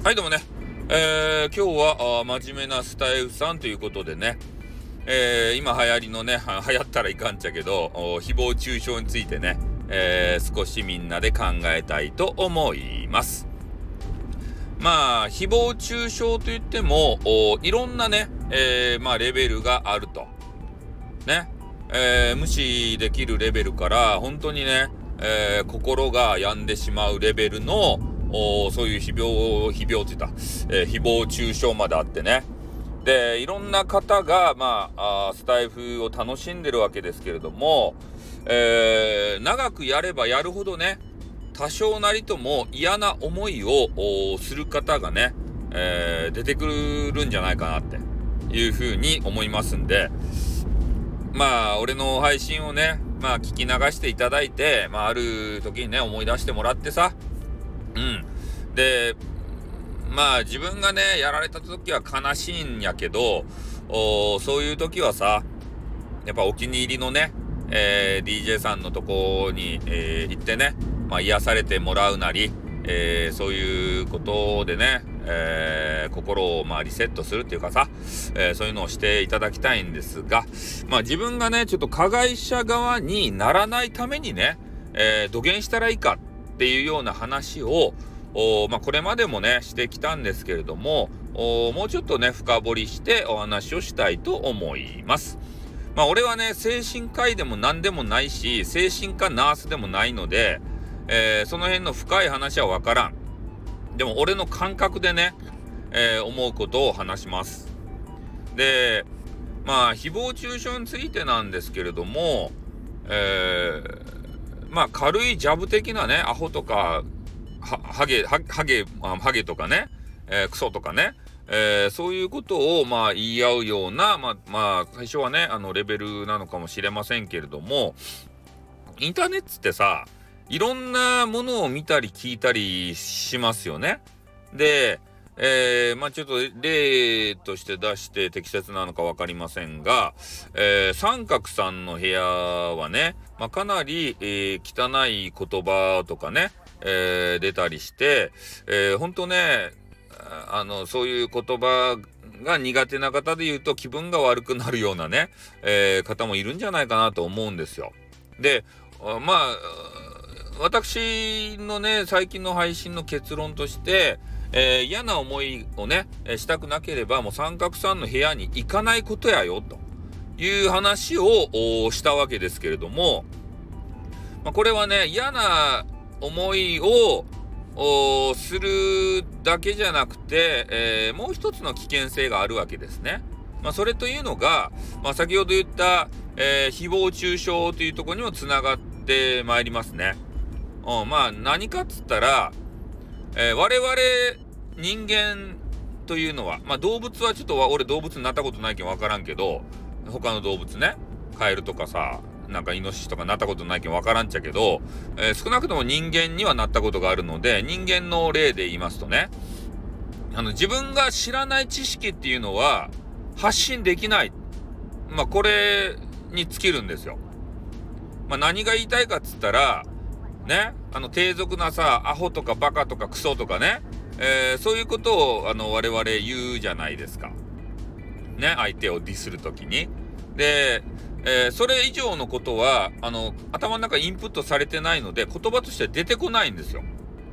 はい、どうもね。今日は真面目なスタイフさんということでね、今流行りのね、流行ったらいかんちゃけど、誹謗中傷についてね、少しみんなで考えたいと思います。まあ、誹謗中傷といっても、いろんなね、レベルがあると。ね。無視できるレベルから、本当にね、心が病んでしまうレベルの、そういう誹謗中傷まであってね。で、いろんな方が、スタイフを楽しんでるわけですけれども、長くやればやるほどね、多少なりとも嫌な思いをする方がね、出てくるんじゃないかなっていうふうに思いますんで、俺の配信をね、聞き流していただいて、ある時にね、思い出してもらってさ、で、自分がね、やられた時は悲しいんやけど、そういう時はさ、やっぱお気に入りのね、DJ さんのとこに、行ってね、癒されてもらうなり、そういうことでね、心をリセットするっていうかさ、そういうのをしていただきたいんですが、自分がね、ちょっと加害者側にならないためにね、どげんしたらいいかっていうような話を、これまでもね、してきたんですけれども、もうちょっとね、深掘りしてお話をしたいと思います。俺はね、精神科医でも何でもないし、精神科ナースでもないので、その辺の深い話はわからん。でも俺の感覚でね、思うことを話します。で、誹謗中傷についてなんですけれども、軽いジャブ的なね、アホとか、ハゲとかね、クソとかね、そういうことを言い合うような、最初はね、レベルなのかもしれませんけれども、インターネットってさ、いろんなものを見たり聞いたりしますよね。で、ちょっと例として出して適切なのかわかりませんが、三角さんの部屋はね、かなり、汚い言葉とかね、出たりして、ほんとね、そういう言葉が苦手な方で言うと気分が悪くなるようなね、方もいるんじゃないかなと思うんですよ。で、私のね、最近の配信の結論として、嫌な思いをね、したくなければもう三角さんの部屋に行かないことやよという話をしたわけですけれども、これはね、嫌な思いをするだけじゃなくて、もう一つの危険性があるわけですね。それというのが、先ほど言った、誹謗中傷というところにもつながってまいりますね。何かっつったら、我々人間というのは、動物はちょっと俺動物になったことないけど分からんけど、他の動物ね、カエルとかさ、なんかイノシシとかなったことないけど分からんちゃけど、少なくとも人間にはなったことがあるので、人間の例で言いますとね、自分が知らない知識っていうのは発信できない。これに尽きるんですよ。何が言いたいかっつったら、ね、低俗なさ、アホとかバカとかクソとかね、そういうことを我々言うじゃないですか。ね、相手をディスるときに。で、それ以上のことは頭の中インプットされてないので言葉として出てこないんですよ。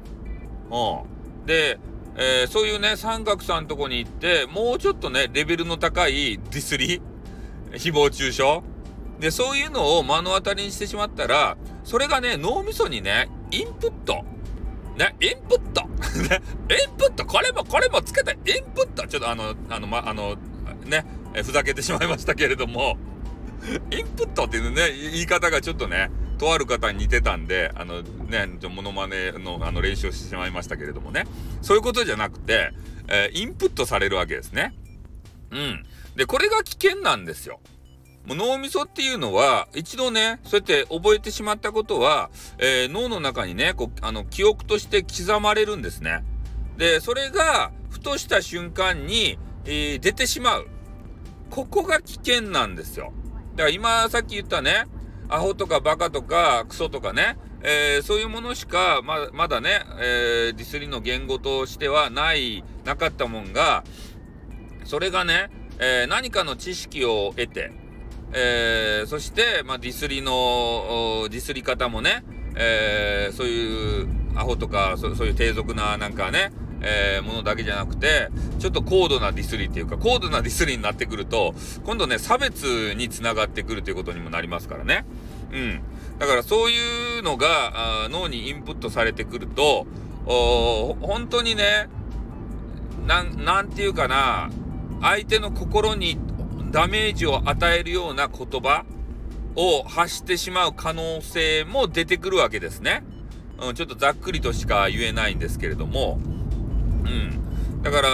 で、そういうね、三角さんのとこに行ってもうちょっとねレベルの高いディスり、誹謗中傷で、そういうのを目の当たりにしてしまったら、それがね、脳みそにね、インプットね、インプットね、インプットこれもつけてインプットちょっとふざけてしまいましたけれども、インプットっていうね、言い方がちょっとね、とある方に似てたんで、モノマネの練習をしてしまいましたけれどもね、そういうことじゃなくて、インプットされるわけですね。で、これが危険なんですよ。もう脳みそっていうのは、一度ね、そうやって覚えてしまったことは、脳の中にね、記憶として刻まれるんですね。で、それが、ふとした瞬間に、出てしまう。ここが危険なんですよ。だから今さっき言ったね、 アホとかバカとかクソとかね、そういうものしかまだね、ディスりの言語としてはなかったもんが、それがね、何かの知識を得て、そして、ディスり方もね、そういうアホとかそういう低俗ななんかね、ものだけじゃなくて、ちょっと高度なディスりっていうか、高度なディスりになってくると、今度ね、差別につながってくるということにもなりますからね。だからそういうのが脳にインプットされてくると、本当にね、なんていうかな、相手の心にダメージを与えるような言葉を発してしまう可能性も出てくるわけですね。ちょっとざっくりとしか言えないんですけれども、だから、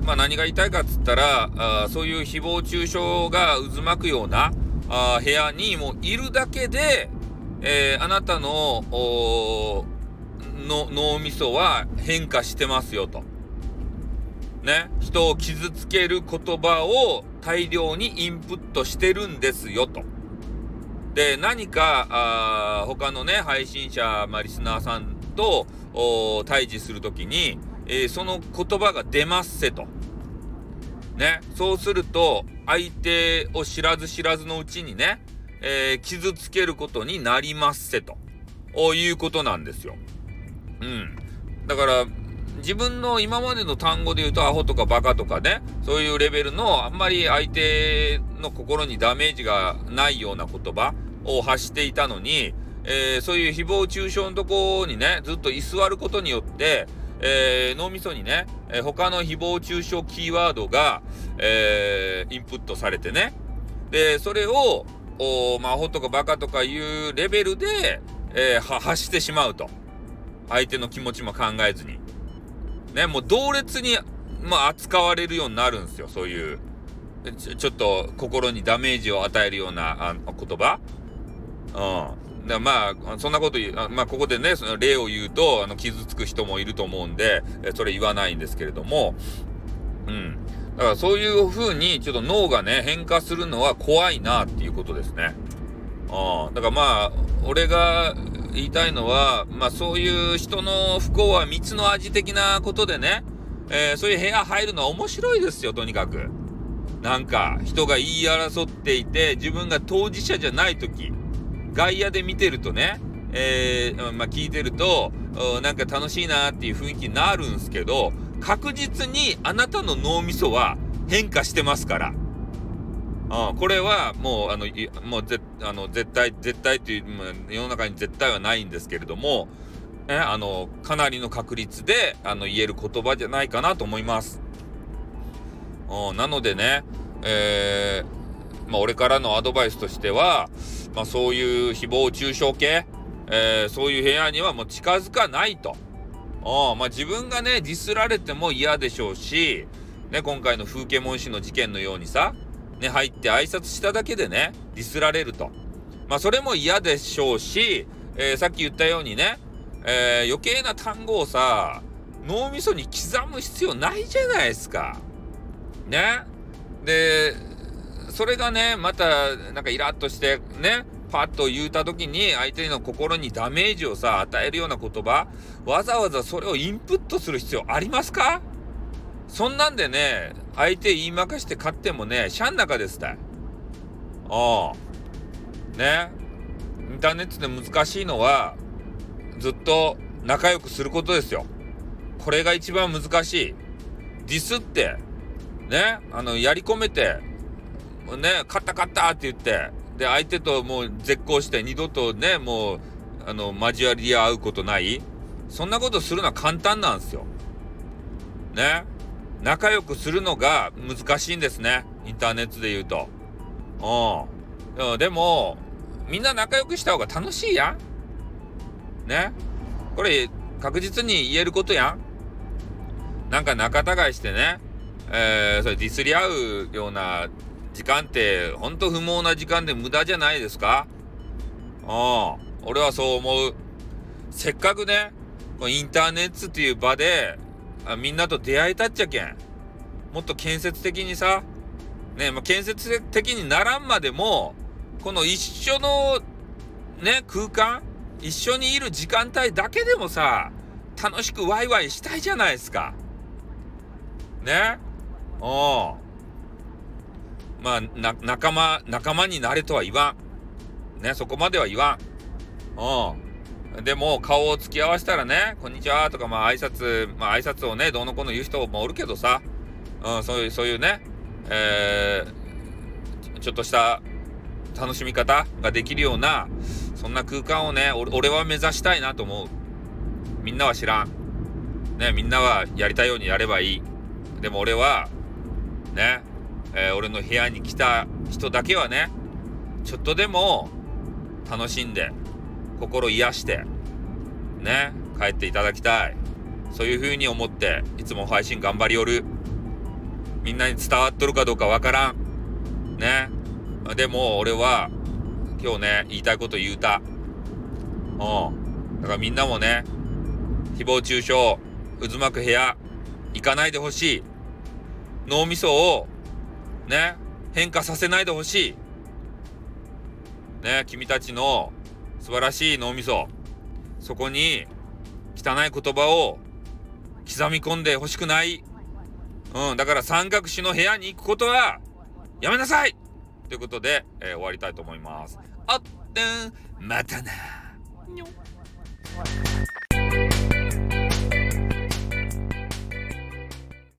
何が言いたいかっつったら、そういう誹謗中傷が渦巻くような部屋にもいるだけで、あなたの脳みそは変化してますよと。ね、人を傷つける言葉を大量にインプットしてるんですよと。で、何か他のね配信者、リスナーさんと対峙するときに、その言葉が出ますせと。ね、そうすると相手を知らず知らずのうちにね、傷つけることになりますせということなんですよ。だから自分の今までの単語で言うとアホとかバカとかね、そういうレベルのあんまり相手の心にダメージがないような言葉を発していたのに、そういう誹謗中傷のとこにねずっと居座ることによって、脳みそにね、他の誹謗中傷キーワードが、インプットされてね、でそれをアホとかバカとかいうレベルで、発してしまうと。相手の気持ちも考えずにね、もう同列に、扱われるようになるんですよ。そういうちょっと心にダメージを与えるような言葉。そんなこと言う、ここでねその例を言うと傷つく人もいると思うんで、それ言わないんですけれども、だからそういう風にちょっと脳がね変化するのは怖いなっていうことですね。だから俺が言いたいのは、そういう人の不幸は蜜の味的なことでね、そういう部屋入るのは面白いですよ。とにかくなんか人が言い争っていて自分が当事者じゃない時、外野で見てるとね、聞いてるとなんか楽しいなっていう雰囲気になるんすけど、確実にあなたの脳みそは変化してますから。これはもう絶対という、世の中に絶対はないんですけれども、かなりの確率で言える言葉じゃないかなと思います。なのでね、俺からのアドバイスとしては、そういう誹謗中傷系、そういう部屋にはもう近づかないと。自分がねディスられても嫌でしょうし、ね、今回の風景文氏の事件のようにさ、ね、入って挨拶しただけでねディスられると、それも嫌でしょうし、さっき言ったようにね、余計な単語をさ脳みそに刻む必要ないじゃないですかね。でそれがねまたなんかイラッとしてねパッと言うた時に相手の心にダメージをさ与えるような言葉、わざわざそれをインプットする必要ありますか？そんなんでね相手言いまかして勝ってもねシャン中ですたい。ね、インターネットで難しいのはずっと仲良くすることですよ。これが一番難しい。ディスってねやり込めてね勝ったって言ってで相手ともう絶交して二度とねもう交わり合うことない、そんなことするのは簡単なんですよね。仲良くするのが難しいんですね、インターネットで言うと。でもみんな仲良くした方が楽しいやんね。これ確実に言えることやん。なんか仲違いしてね、それディスり合うような時間ってほんと不毛な時間で無駄じゃないですか。俺はそう思う。せっかくねインターネットっていう場でみんなと出会えたっちゃけん、もっと建設的にさね、建設的にならんまでもこの一緒のね空間、一緒にいる時間帯だけでもさ、楽しくワイワイしたいじゃないですかね。まあ仲間になれとは言わんね、そこまでは言わん。でも顔を突き合わせたらね、こんにちはとか、挨拶をねどうのこうの言う人もおるけどさ、そういうね、ちょっとした楽しみ方ができるような、そんな空間をね俺は目指したいなと思う。みんなは知らんね、みんなはやりたいようにやればいい。でも俺はね、俺の部屋に来た人だけはね、ちょっとでも楽しんで心癒してね帰っていただきたい。そういう風に思っていつも配信頑張りよる。みんなに伝わっとるかどうかわからんね。でも俺は今日ね言いたいこと言うた。だからみんなもね、誹謗中傷、渦巻く部屋行かないでほしい。脳みそをね変化させないでほしいね。君たちの素晴らしい脳みそ、そこに汚い言葉を刻み込んでほしくない。だから三角詞の部屋に行くことはやめなさいということで、終わりたいと思います。またな。